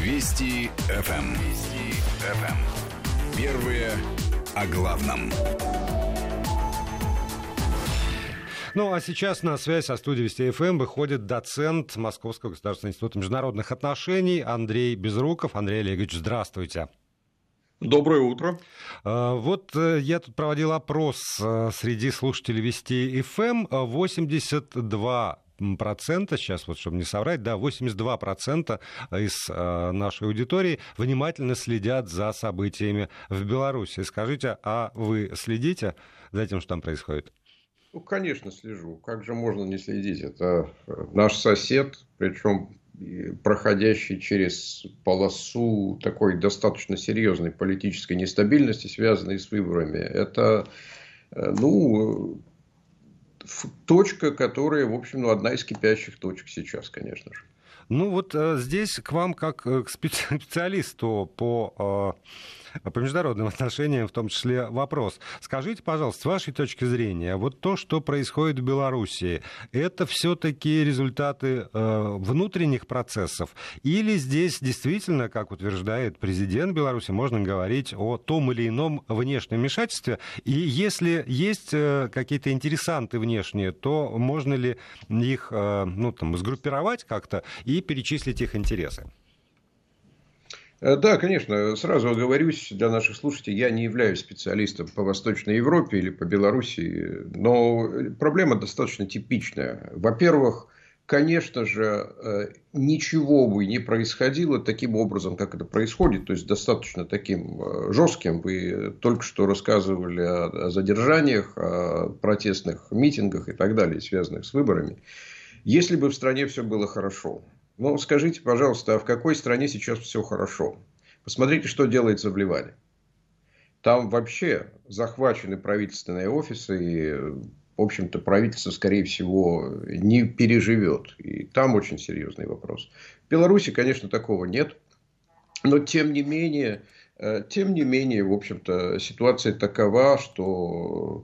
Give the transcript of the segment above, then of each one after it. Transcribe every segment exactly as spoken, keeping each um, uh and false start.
Вести эф эм. Вести эф эм. Первые о главном. Ну, а сейчас на связь со студией Вести эф эм выходит доцент Московского государственного института международных отношений Андрей Безруков. Андрей Олегович, здравствуйте. Доброе утро. Вот я тут проводил опрос среди слушателей Вести эф эм. восемьдесят два процента, сейчас вот, чтобы не соврать, да, восемьдесят два процента из нашей аудитории внимательно следят за событиями в Беларуси. Скажите, а вы следите за тем, что там происходит? Ну, конечно, слежу. Как же можно не следить? Это наш сосед, причем проходящий через полосу такой достаточно серьезной политической нестабильности, связанной с выборами. Это, ну, точка, которая, в общем, ну, одна из кипящих точек сейчас, конечно же. Ну, вот э, здесь к вам, как к специалисту по, э, по международным отношениям, в том числе, вопрос. Скажите, пожалуйста, с вашей точки зрения, вот то, что происходит в Белоруссии, это все-таки результаты э, внутренних процессов? Или здесь действительно, как утверждает президент Беларуси, можно говорить о том или ином внешнем вмешательстве? И если есть э, какие-то интересанты внешние, то можно ли их э, ну, там, сгруппировать как-то и перечислить их интересы? Да, конечно. Сразу оговорюсь для наших слушателей, я не являюсь специалистом по Восточной Европе или по Белоруссии, но проблема достаточно типичная. Во-первых, конечно же, ничего бы не происходило таким образом, как это происходит, то есть достаточно таким жестким. Вы только что рассказывали о задержаниях, о протестных митингах и так далее, связанных с выборами. Если бы в стране все было хорошо. Ну, скажите, пожалуйста, а в какой стране сейчас все хорошо? Посмотрите, что делается в Ливане. Там вообще захвачены правительственные офисы, и, в общем-то, правительство, скорее всего, не переживет. И там очень серьезный вопрос. В Беларуси, конечно, такого нет. Но, тем не менее, тем не менее, в общем-то, ситуация такова, что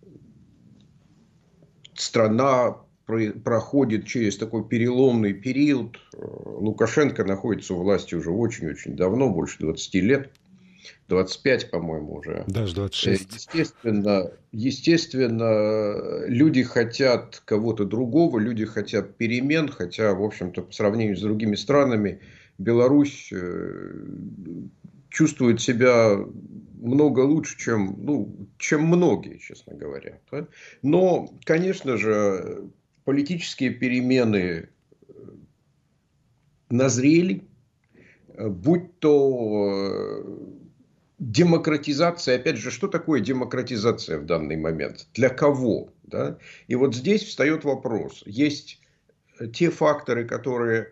страна проходит через такой переломный период. Лукашенко находится у власти уже очень-очень давно, больше двадцати лет. двадцать пять, по-моему, уже. Даже двадцать шесть. Естественно, естественно, люди хотят кого-то другого, люди хотят перемен, хотя, в общем-то, по сравнению с другими странами, Беларусь чувствует себя много лучше, чем, ну, чем многие, честно говоря. Но, конечно же, политические перемены назрели, будь то демократизация. Опять же, что такое демократизация в данный момент? Для кого? Да? И вот здесь встает вопрос. Есть те факторы, которые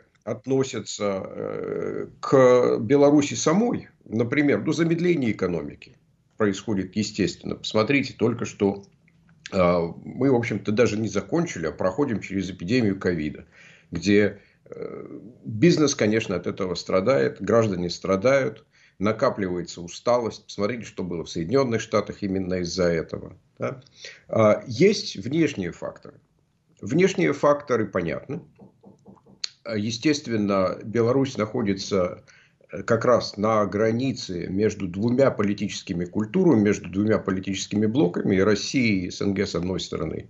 относятся к Беларуси самой. Например, ну, замедление экономики происходит естественно. Посмотрите, только что мы, в общем-то, даже не закончили, а проходим через эпидемию ковида, где бизнес, конечно, от этого страдает, граждане страдают, накапливается усталость. Посмотрите, что было в Соединенных Штатах именно из-за этого. Да? Есть внешние факторы. Внешние факторы понятны. Естественно, Беларусь находится как раз на границе между двумя политическими культурами, между двумя политическими блоками, Россией и СНГ с одной стороны,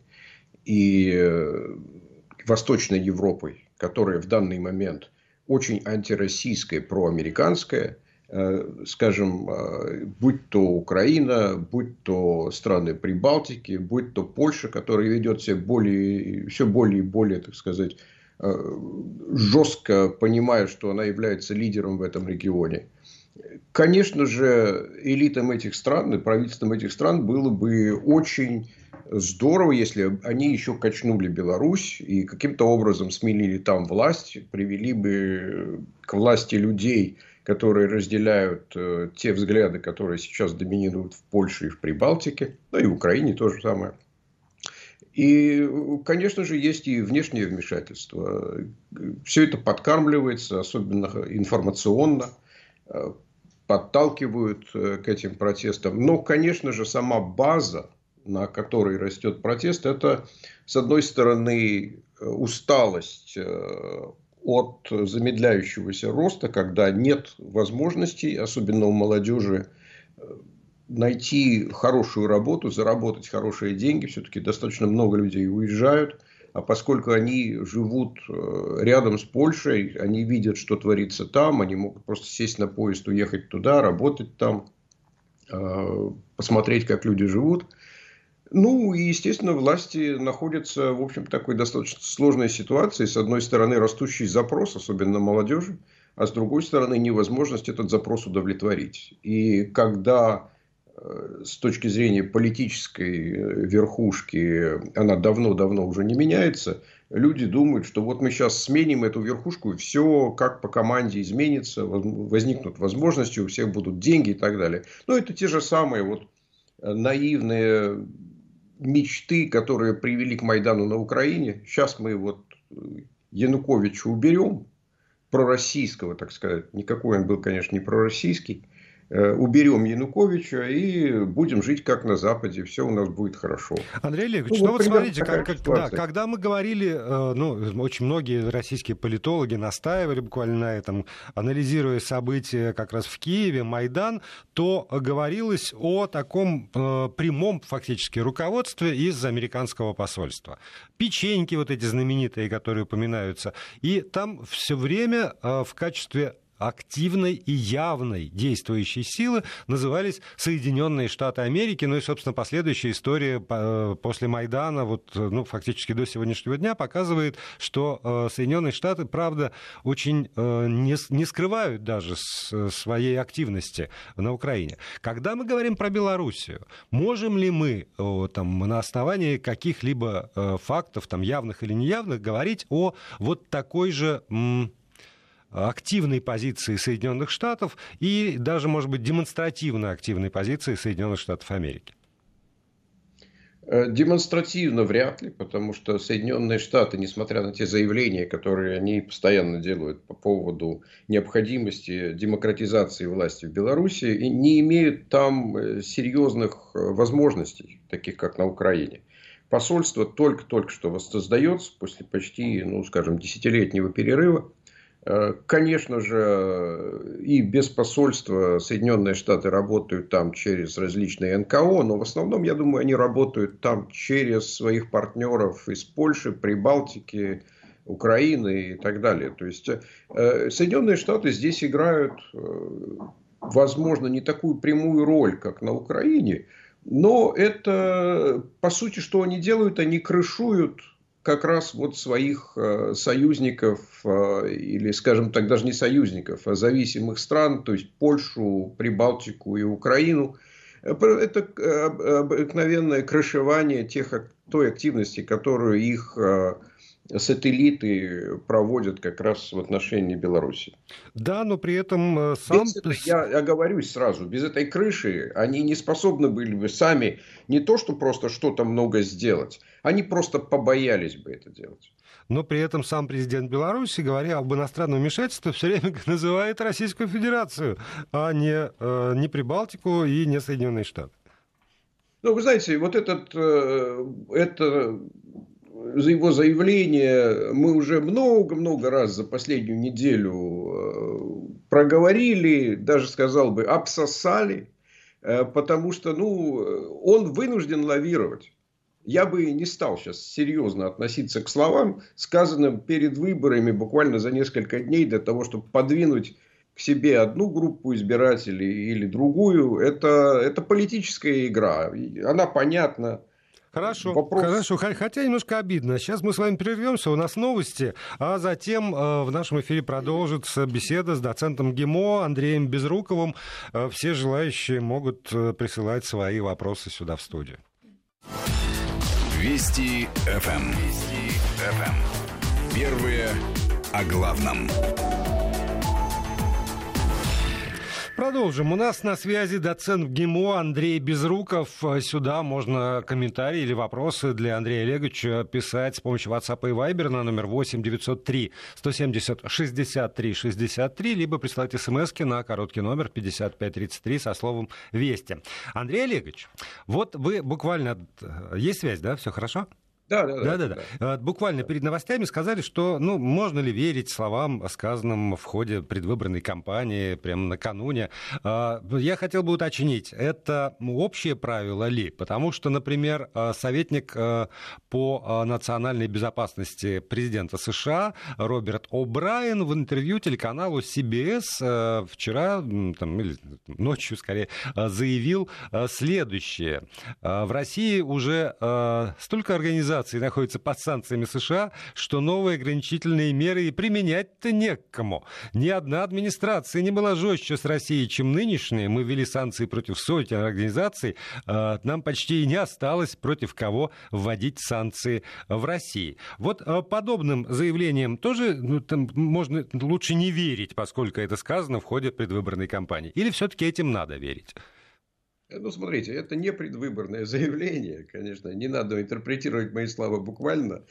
и Восточной Европой, которая в данный момент очень антироссийская, проамериканская, скажем, будь то Украина, будь то страны Прибалтики, будь то Польша, которая ведет себя более, все более и более, так сказать, жестко понимая, что она является лидером в этом регионе. Конечно же, элитам этих стран и правительствам этих стран было бы очень здорово, если они еще качнули Беларусь и каким-то образом сменили там власть, привели бы к власти людей, которые разделяют те взгляды, которые сейчас доминируют в Польше и в Прибалтике, да и в Украине то же самое. И, конечно же, есть и внешнее вмешательство. Все это подкармливается, особенно информационно, подталкивают к этим протестам. Но, конечно же, сама база, на которой растет протест, это, с одной стороны, усталость от замедляющегося роста, когда нет возможностей, особенно у молодежи, найти хорошую работу, заработать хорошие деньги. Все-таки достаточно много людей уезжают. А поскольку они живут рядом с Польшей, они видят, что творится там, они могут просто сесть на поезд, уехать туда, работать там, посмотреть, как люди живут. Ну, и, естественно, власти находятся, в общем, в такой достаточно сложной ситуации. С одной стороны, растущий запрос, особенно молодежи, а с другой стороны, невозможность этот запрос удовлетворить. И когда с точки зрения политической верхушки она давно-давно уже не меняется, люди думают, что вот мы сейчас сменим эту верхушку, и все как по команде изменится, возникнут возможности, у всех будут деньги и так далее. Но это те же самые вот наивные мечты, которые привели к Майдану на Украине. Сейчас мы вот Януковича уберем, пророссийского, так сказать, никакой он был, конечно, не пророссийский, уберем Януковича и будем жить как на Западе, все у нас будет хорошо. Андрей Олегович, ну, ну вот смотрите, как, как, да, когда мы говорили, ну, очень многие российские политологи настаивали буквально на этом, анализируя события как раз в Киеве, Майдан, то говорилось о таком э, прямом фактически руководстве из американского посольства. Печеньки вот эти знаменитые, которые упоминаются, и там все время э, в качестве активной и явной действующей силы назывались Соединенные Штаты Америки. Ну и, собственно, последующая история после Майдана, вот, ну, фактически до сегодняшнего дня, показывает, что Соединенные Штаты, правда, очень не, не скрывают даже своей активности на Украине. Когда мы говорим про Белоруссию, можем ли мы там, на основании каких-либо фактов, там, явных или неявных, говорить о вот такой же активной позиции Соединенных Штатов и даже, может быть, демонстративно активной позиции Соединенных Штатов Америки? Демонстративно вряд ли, потому что Соединенные Штаты, несмотря на те заявления, которые они постоянно делают по поводу необходимости демократизации власти в Беларуси, не имеют там серьезных возможностей, таких как на Украине. Посольство только-только что воссоздается после почти, ну, скажем, десятилетнего перерыва. Конечно же, и без посольства Соединенные Штаты работают там через различные эн ка о, но в основном, я думаю, они работают там через своих партнеров из Польши, Прибалтики, Украины и так далее. То есть Соединенные Штаты здесь играют, возможно, не такую прямую роль, как на Украине, но это, по сути, что они делают, они крышуют как раз вот своих э, союзников, э, или, скажем так, даже не союзников, а зависимых стран, то есть Польшу, Прибалтику и Украину. Это обыкновенное крышевание тех, той активности, которую их э, сателлиты проводят как раз в отношении Беларуси. Да, но при этом сам... Этой, я оговорюсь сразу, без этой крыши они не способны были бы сами не то, что просто что-то много сделать, они просто побоялись бы это делать. Но при этом сам президент Беларуси, говоря об иностранном вмешательстве, все время называет Российскую Федерацию, а не, не Прибалтику и не Соединенные Штаты. Ну, вы знаете, вот этот... это... за его заявление мы уже много-много раз за последнюю неделю проговорили, даже, сказал бы, обсосали, потому что, ну, он вынужден лавировать. Я бы не стал сейчас серьезно относиться к словам, сказанным перед выборами буквально за несколько дней для того, чтобы подвинуть к себе одну группу избирателей или другую. Это, это политическая игра. Она понятна. Хорошо, Вопрос... хорошо, хотя немножко обидно. Сейчас мы с вами прервемся, у нас новости, а затем э, в нашем эфире продолжится беседа с доцентом ГИМО Андреем Безруковым. Э, все желающие могут э, присылать свои вопросы сюда в студию. Вести эф эм. Вести эф эм. Первые о главном. Продолжим. У нас на связи доцент ГИМО Андрей Безруков. Сюда можно комментарии или вопросы для Андрея Олеговича писать с помощью WhatsApp и Viber на номер восемь девятьсот три сто семьдесят шестьдесят три шестьдесят три, либо присылать смски на короткий номер пятьдесят пять тридцать три со словом «Вести». Андрей Олегович, вот вы буквально... Есть связь, да? Все хорошо? Да, да, да, Да-да-да. да. Буквально перед новостями сказали, что, ну, можно ли верить словам, сказанным в ходе предвыборной кампании, прямо накануне. Я хотел бы уточнить, это общее правило ли? Потому что, например, советник по национальной безопасности президента США Роберт О'Брайен в интервью телеканалу си би эс вчера, там, или ночью скорее, заявил следующее. В России уже столько организаций находятся под санкциями США, что новые ограничительные меры и применять-то не к кому. Ни одна администрация не была жестче с Россией, чем нынешняя. Мы ввели санкции против сотен организаций. Нам почти и не осталось против кого вводить санкции в России. Вот подобным заявлениям тоже, ну, там, можно лучше не верить, поскольку это сказано в ходе предвыборной кампании. Или все-таки этим надо верить? Ну, смотрите, это не предвыборное заявление, конечно, не надо интерпретировать мои слова буквально.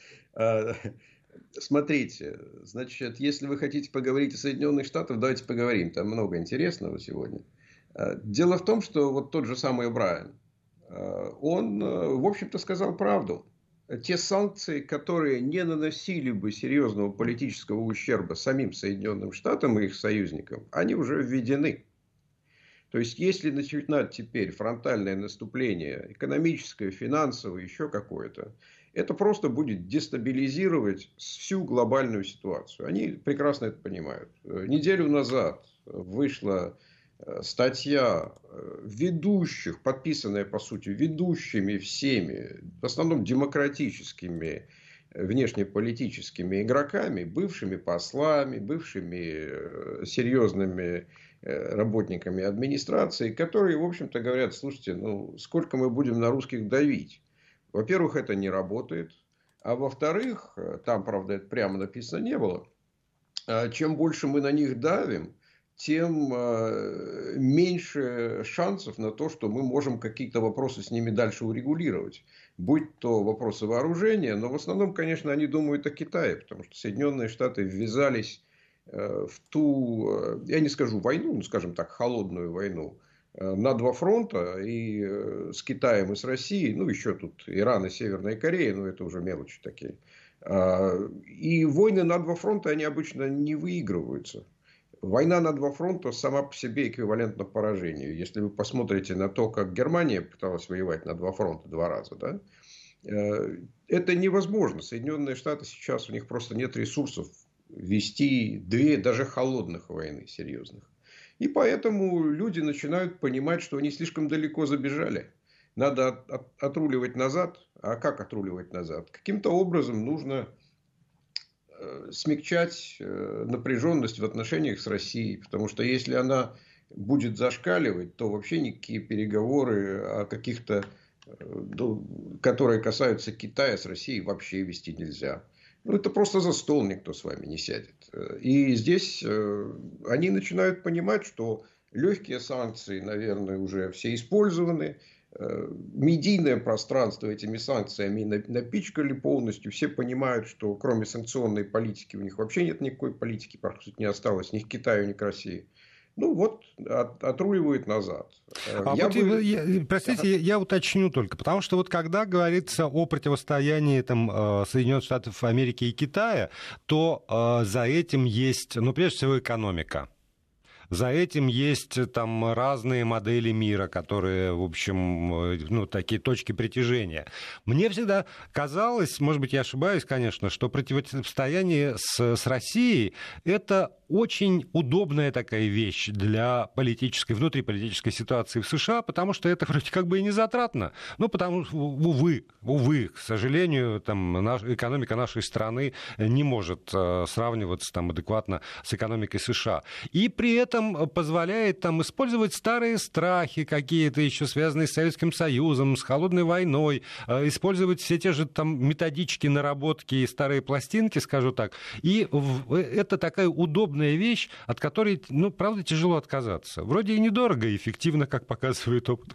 Смотрите, значит, если вы хотите поговорить о Соединенных Штатах, давайте поговорим, там много интересного сегодня. Дело в том, что вот тот же самый Брайан, он, в общем-то, сказал правду. Те санкции, которые не наносили бы серьезного политического ущерба самим Соединенным Штатам и их союзникам, они уже введены. То есть, если начинать теперь фронтальное наступление, экономическое, финансовое, еще какое-то, это просто будет дестабилизировать всю глобальную ситуацию. Они прекрасно это понимают. Неделю назад вышла статья ведущих, подписанная, по сути, ведущими всеми, в основном демократическими, внешнеполитическими игроками, бывшими послами, бывшими серьезными работниками администрации, которые, в общем-то, говорят: слушайте, ну, сколько мы будем на русских давить? Во-первых, это не работает. А во-вторых, там, правда, это прямо написано не было, чем больше мы на них давим, тем меньше шансов на то, что мы можем какие-то вопросы с ними дальше урегулировать. Будь то вопросы вооружения, но в основном, конечно, они думают о Китае, потому что Соединенные Штаты ввязались в ту, я не скажу войну, ну, скажем так, холодную войну, на два фронта, и с Китаем, и с Россией, ну, еще тут Иран и Северная Корея, но это уже мелочи такие. И войны на два фронта, они обычно не выигрываются. Война на два фронта сама по себе эквивалентна поражению. Если вы посмотрите на то, как Германия пыталась воевать на два фронта два раза, да, это невозможно. Соединенные Штаты сейчас, у них просто нет ресурсов вести две даже холодных войны серьезных. И поэтому люди начинают понимать, что они слишком далеко забежали. Надо от, от, отруливать назад. А как отруливать назад? Каким-то образом нужно э, смягчать э, напряженность в отношениях с Россией. Потому что если она будет зашкаливать, то вообще никакие переговоры о каких-то, э, ну, которые касаются Китая, с Россией вообще вести нельзя. Ну, это просто за стол никто с вами не сядет. И здесь э, они начинают понимать, что легкие санкции, наверное, уже все использованы. Э, медийное пространство этими санкциями напичкали полностью. Все понимают, что кроме санкционной политики у них вообще нет никакой политики, по сути, не осталось ни к Китаю, ни к России. Ну, вот, от, отруливают назад. А я вот, бы... я, простите, я, я уточню только, потому что вот когда говорится о противостоянии там, Соединенных Штатов Америки и Китая, то э, за этим есть, ну, прежде всего, экономика. За этим есть там разные модели мира, которые, в общем, ну, такие точки притяжения. Мне всегда казалось, может быть, я ошибаюсь, конечно, что противостояние с, с Россией – это очень удобная такая вещь для политической, внутриполитической ситуации в США, потому что это вроде как бы и не затратно. Ну, потому что, увы, увы, к сожалению, там, наш, экономика нашей страны не может э, сравниваться там, адекватно с экономикой США. И при этом позволяет там, использовать старые страхи какие-то, еще связанные с Советским Союзом, с холодной войной, э, использовать все те же там, методички, наработки и старые пластинки, скажу так. И в, это такая удобная вещь, от которой, ну, правда, тяжело отказаться. Вроде и недорого, и эффективно, как показывает опыт.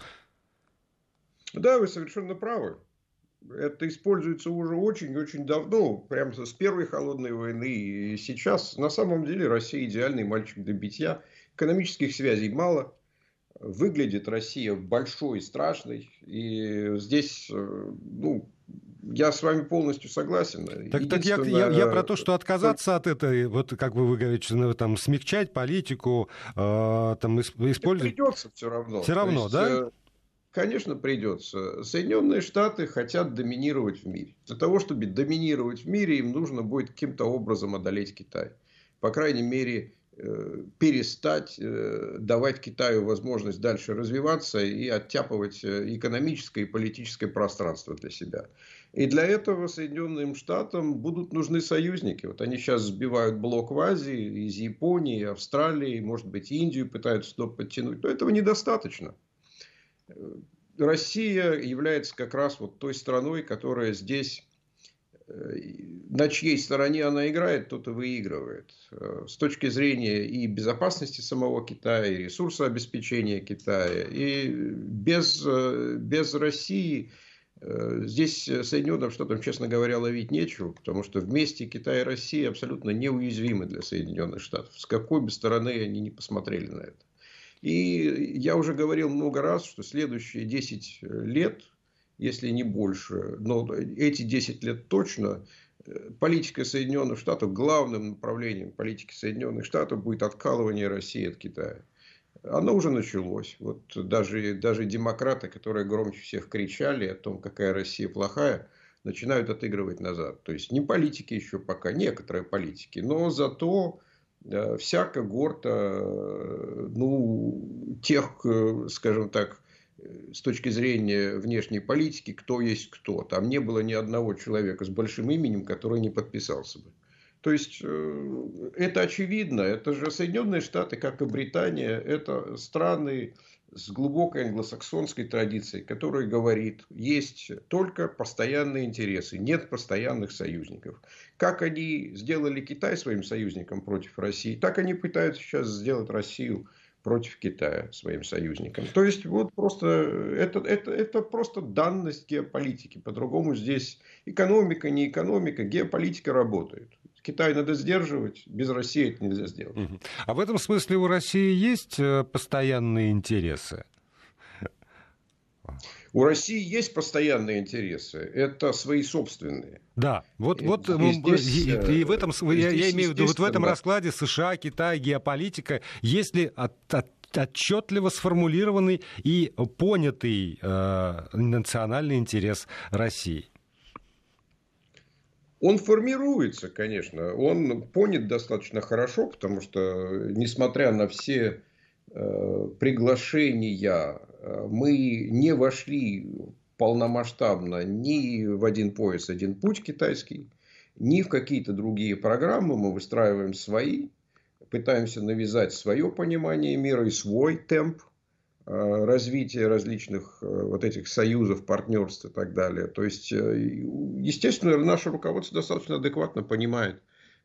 Да, вы совершенно правы. Это используется уже очень-очень давно, прямо с первой холодной войны. И сейчас, на самом деле, Россия идеальный мальчик для битья. Экономических связей мало. Выглядит Россия большой и страшной. И здесь, ну, Я с вами полностью согласен. Так, так я, я, я про то, что отказаться от этой, вот как вы, вы говорите, там, смягчать политику, э, там, использовать... Придется все равно. Все равно, есть, да? Конечно, придется. Соединенные Штаты хотят доминировать в мире. Для того, чтобы доминировать в мире, им нужно будет каким-то образом одолеть Китай. По крайней мере, перестать давать Китаю возможность дальше развиваться и оттяпывать экономическое и политическое пространство для себя. И для этого Соединенным Штатам будут нужны союзники. Вот они сейчас сбивают блок в Азии, из Японии, Австралии, может быть, Индию пытаются туда подтянуть. Но этого недостаточно. Россия является как раз вот той страной, которая здесь, на чьей стороне она играет, тот и выигрывает. С точки зрения и безопасности самого Китая, и ресурсообеспечения Китая. И без, без России здесь Соединенным Штатам, честно говоря, ловить нечего, потому что вместе Китай и Россия абсолютно неуязвимы для Соединенных Штатов. С какой бы стороны они ни посмотрели на это. И я уже говорил много раз, что следующие десять лет, если не больше, но эти десять лет точно, политика Соединенных Штатов, главным направлением политики Соединенных Штатов будет откалывание России от Китая. Оно уже началось. Вот даже, даже демократы, которые громче всех кричали о том, какая Россия плохая, начинают отыгрывать назад. То есть не политики еще пока, некоторые политики, но зато вся когорта, ну, тех, скажем так, с точки зрения внешней политики, кто есть кто. Там не было ни одного человека с большим именем, который не подписался бы. То есть это очевидно. Это же Соединенные Штаты, как и Британия, это страны с глубокой англосаксонской традицией, которая говорит, есть только постоянные интересы, нет постоянных союзников. Как они сделали Китай своим союзником против России, так они пытаются сейчас сделать Россию против Китая своим союзником. То есть вот просто это, это, это просто данность геополитики. По-другому здесь экономика, не экономика, геополитика работает. Китай надо сдерживать, без России это нельзя сделать. А в этом смысле у России есть постоянные интересы? У России есть постоянные интересы, это свои собственные. Да, вот, и, вот и, здесь, и, и в этом, я, я имею в виду, вот в этом да. раскладе США, Китай, геополитика, если от, от, отчетливо сформулированный и понятый э, национальный интерес России. Он формируется, конечно, он понят достаточно хорошо, потому что, несмотря на все э, приглашения, мы не вошли полномасштабно ни в один пояс, один путь китайский, ни в какие-то другие программы. Мы выстраиваем свои, пытаемся навязать свое понимание мира и свой темп развития различных вот этих союзов, партнерств и так далее. То есть, естественно, наше руководство достаточно адекватно понимает,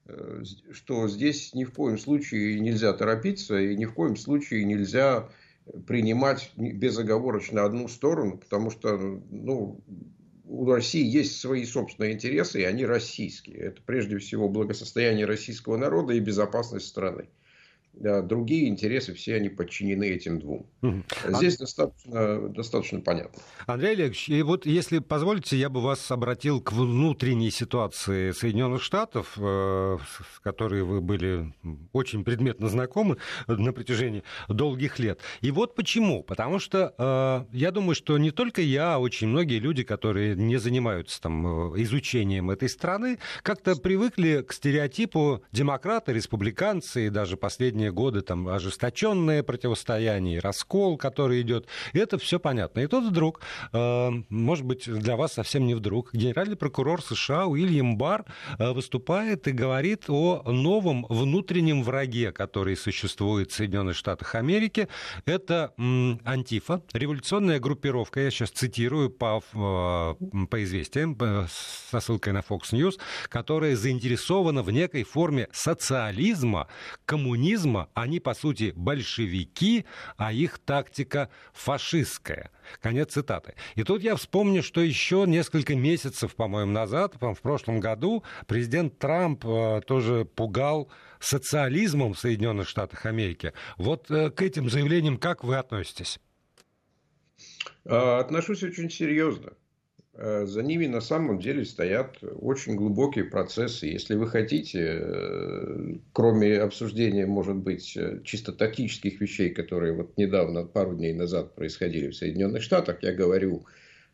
что здесь ни в коем случае нельзя торопиться и ни в коем случае нельзя принимать безоговорочно одну сторону, потому что ну, у России есть свои собственные интересы, и они российские. Это прежде всего благосостояние российского народа и безопасность страны. Другие интересы, все они подчинены этим двум. Угу. Здесь а... достаточно, достаточно понятно. Андрей Олегович, и вот если позволите, я бы вас обратил к внутренней ситуации Соединенных Штатов, с которой вы были очень предметно знакомы на протяжении долгих лет. И вот почему. Потому что я думаю, что не только я, а очень многие люди, которые не занимаются там, изучением этой страны, как-то привыкли к стереотипу демократы, республиканцы и даже последние годы там ожесточенное противостояние, раскол, который идет. И это все понятно. И тут вдруг, э, может быть, для вас совсем не вдруг, генеральный прокурор США Уильям Барр э, выступает и говорит о новом внутреннем враге, который существует в Соединенных Штатах Америки. Это м, Антифа, революционная группировка, я сейчас цитирую по, э, по известиям, э, со ссылкой на Fox News, которая заинтересована в некой форме социализма, коммунизма. Они, по сути, большевики, а их тактика фашистская. Конец цитаты. И тут я вспомню, что еще несколько месяцев, по-моему, назад, в прошлом году, президент Трамп тоже пугал социализмом в Соединенных Штатах Америки. Вот к этим заявлениям как вы относитесь? Отношусь очень серьезно. За ними на самом деле стоят очень глубокие процессы. Если вы хотите, кроме обсуждения, может быть, чисто тактических вещей, которые вот недавно, пару дней назад происходили в Соединенных Штатах, я говорю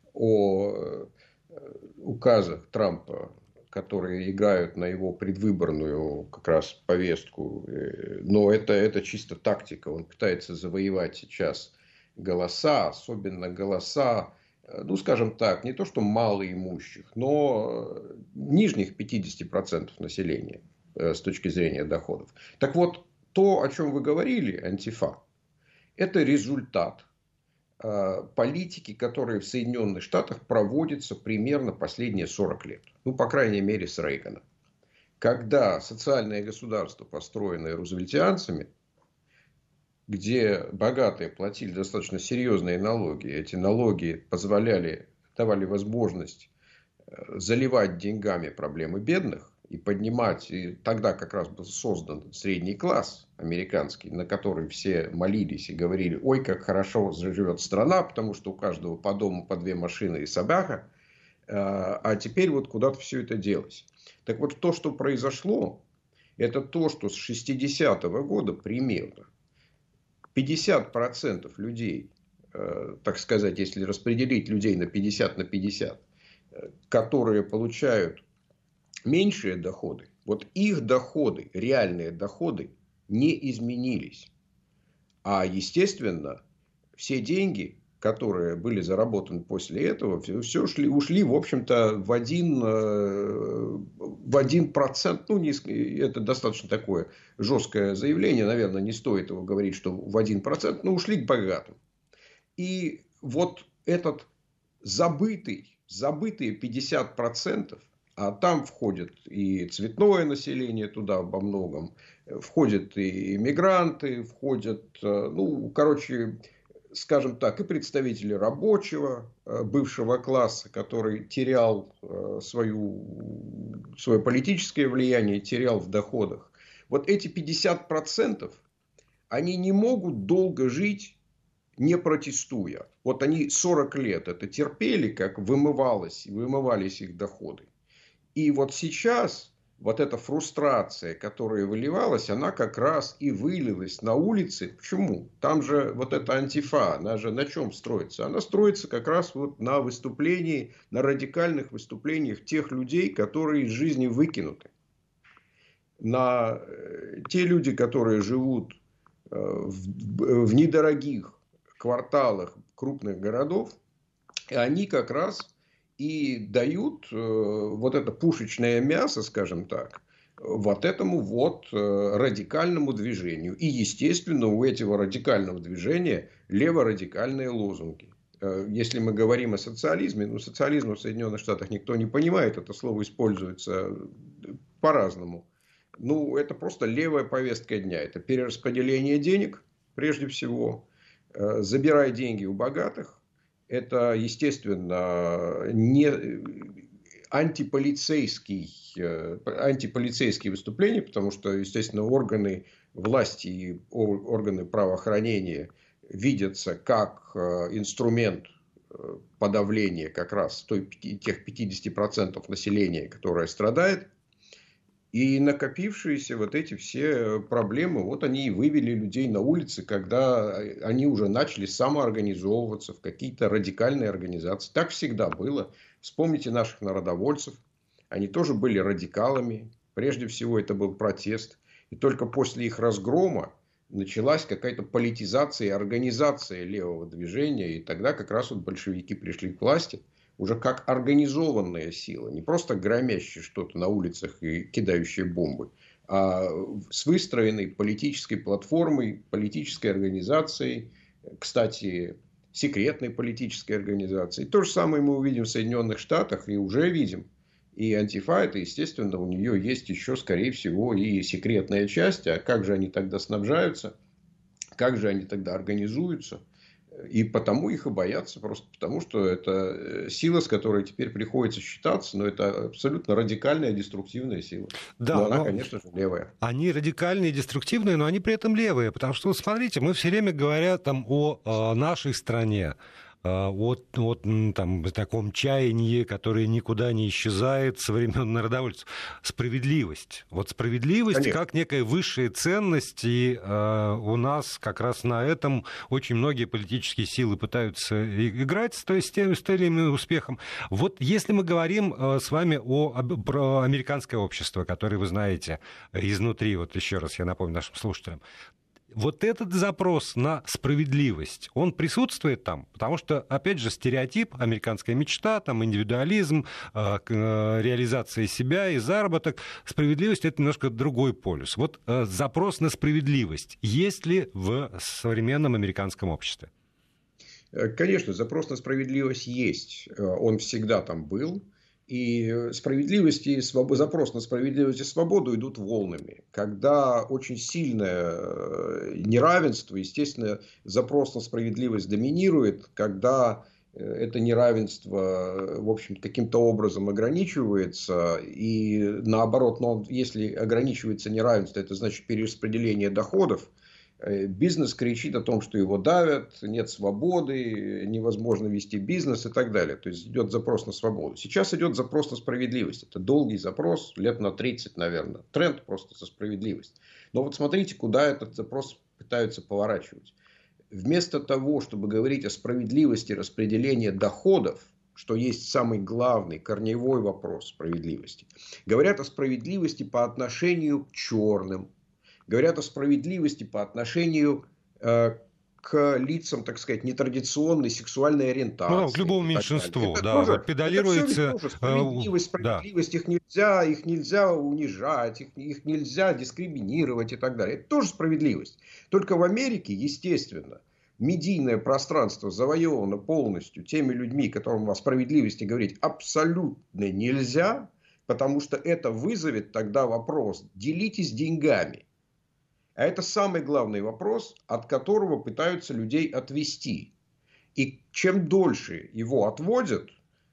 о указах Трампа, которые играют на его предвыборную как раз повестку. Но это, это чисто тактика. Он пытается завоевать сейчас голоса, особенно голоса, ну, скажем так, не то что малоимущих, но нижних пятидесяти процентов населения с точки зрения доходов. Так вот, то, о чем вы говорили, Антифа, это результат политики, которая в Соединенных Штатах проводится примерно последние сорок лет. Ну, по крайней мере, с Рейгана. Когда социальное государство, построенное рузвельтианцами, где богатые платили достаточно серьезные налоги, эти налоги позволяли, давали возможность заливать деньгами проблемы бедных и поднимать, и тогда как раз был создан средний класс американский, на который все молились и говорили: ой, как хорошо живет страна, потому что у каждого по дому по две машины и собака, а теперь вот куда-то все это делось. Так вот, то, что произошло, это то, что с шестидесятого года примерно пятьдесят процентов людей, так сказать, если распределить людей на пятьдесят на пятьдесят, которые получают меньшие доходы, вот их доходы, реальные доходы не изменились. А, естественно, все деньги, которые были заработаны после этого, все ушли, ушли в общем-то, в один, в один процент. Ну, не, это достаточно такое жесткое заявление. Наверное, не стоит его говорить, что в один процент, но ушли к богатым. И вот этот забытый, забытые пятьдесят процентов, а там входит и цветное население туда во многом, входят и иммигранты, входят, ну, короче, скажем так, и представители рабочего бывшего класса, который терял свою, свое политическое влияние, терял в доходах. Вот эти пятьдесят процентов, они не могут долго жить, не протестуя. Вот они сорок лет это терпели, как вымывалось, вымывались их доходы. И вот сейчас вот эта фрустрация, которая выливалась, она как раз и вылилась на улицы. Почему? Там же вот эта антифа, она же на чем строится? Она строится как раз вот на выступлении, на радикальных выступлениях тех людей, которые из жизни выкинуты. На те люди, которые живут в, в недорогих кварталах крупных городов, они как раз и дают вот это пушечное мясо, скажем так, вот этому вот радикальному движению. И, естественно, у этого радикального движения леворадикальные лозунги. Если мы говорим о социализме, ну, социализм в Соединенных Штатах никто не понимает, это слово используется по-разному. Ну, это просто левая повестка дня. Это перераспределение денег, прежде всего. Забирай деньги у богатых. Это, естественно, не антиполицейский, антиполицейские выступления, потому что, естественно, органы власти и органы правоохранения видятся как инструмент подавления как раз той, тех пятидесяти процентов населения, которое страдает. И накопившиеся вот эти все проблемы, вот они и вывели людей на улицы, когда они уже начали самоорганизовываться в какие-то радикальные организации. Так всегда было. Вспомните наших народовольцев. Они тоже были радикалами. Прежде всего это был протест. И только после их разгрома началась какая-то политизация и организация левого движения. И тогда как раз вот большевики пришли к власти. Уже как организованная сила, не просто громящая что-то на улицах и кидающая бомбы, а с выстроенной политической платформой, политической организацией, кстати, секретной политической организацией. То же самое мы увидим в Соединенных Штатах и уже видим. И антифа, это, естественно, у нее есть еще, скорее всего, и секретная часть. А как же они тогда снабжаются? Как же они тогда организуются? И потому их и боятся, просто потому, что это сила, с которой теперь приходится считаться, но это абсолютно радикальная, деструктивная сила. Да, но она, но конечно же, левая. Они радикальные, деструктивные, но они при этом левые, потому что, вот смотрите, мы все время говорим там о, о нашей стране, от, от там, таком чаянии, которое никуда не исчезает со времен народовольцев. Справедливость. Вот справедливость Конечно. Как некая высшая ценность, и э, у нас как раз на этом очень многие политические силы пытаются играть, то есть с тем успехом. Вот если мы говорим э, с вами о, про американское общество, которое вы знаете изнутри, вот еще раз я напомню нашим слушателям, вот этот запрос на справедливость, он присутствует там? Потому что, опять же, стереотип, американская мечта, там, индивидуализм, э, э, реализация себя и заработок. Справедливость — это немножко другой полюс. Вот э, запрос на справедливость есть ли в современном американском обществе? Конечно, запрос на справедливость есть. Он всегда там был. И справедливость и своб... запрос на справедливость и свободу идут волнами. Когда очень сильное неравенство, естественно, запрос на справедливость доминирует. Когда это неравенство, в общем, каким-то образом ограничивается. И наоборот, но если ограничивается неравенство, это значит перераспределение доходов. Бизнес кричит о том, что его давят, нет свободы, невозможно вести бизнес и так далее. То есть идет запрос на свободу. Сейчас идет запрос на справедливость. Это долгий запрос, лет на тридцать, наверное. Тренд просто за справедливость. Но вот смотрите, куда этот запрос пытаются поворачивать. Вместо того, чтобы говорить о справедливости распределения доходов, что есть самый главный, корневой вопрос справедливости, говорят о справедливости по отношению к черным. Говорят о справедливости по отношению э, к лицам, так сказать, нетрадиционной сексуальной ориентации. Ну, к любому меньшинству, это да, тоже, вот педалируется. Это тоже справедливость, справедливость, да. их нельзя, их нельзя унижать, их, их нельзя дискриминировать и так далее. Это тоже справедливость. Только в Америке, естественно, медийное пространство завоевано полностью теми людьми, которым о справедливости говорить абсолютно нельзя, потому что это вызовет тогда вопрос: делитесь деньгами. А это самый главный вопрос, от которого пытаются людей отвести. И чем дольше его отводят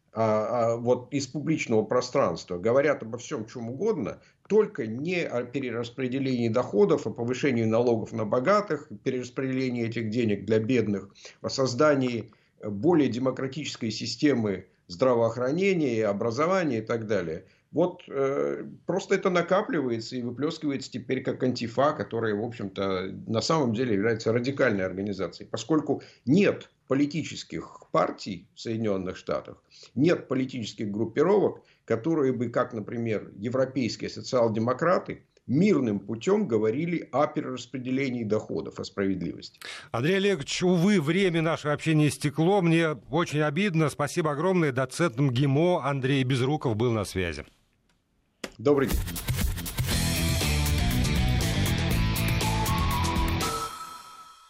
а, а, вот из публичного пространства, говорят обо всем, чем угодно, только не о перераспределении доходов, о повышении налогов на богатых, перераспределении этих денег для бедных, о создании более демократической системы здравоохранения, образования и так далее. Вот э, просто это накапливается и выплескивается теперь как антифа, которая, в общем-то, на самом деле является радикальной организацией. Поскольку нет политических партий в Соединенных Штатах, нет политических группировок, которые бы, как, например, европейские социал-демократы, мирным путем говорили о перераспределении доходов, о справедливости. Андрей Олегович, увы, время нашего общения истекло. Мне очень обидно. Спасибо огромное. Доцент МГИМО Андрей Безруков был на связи. Добрый день.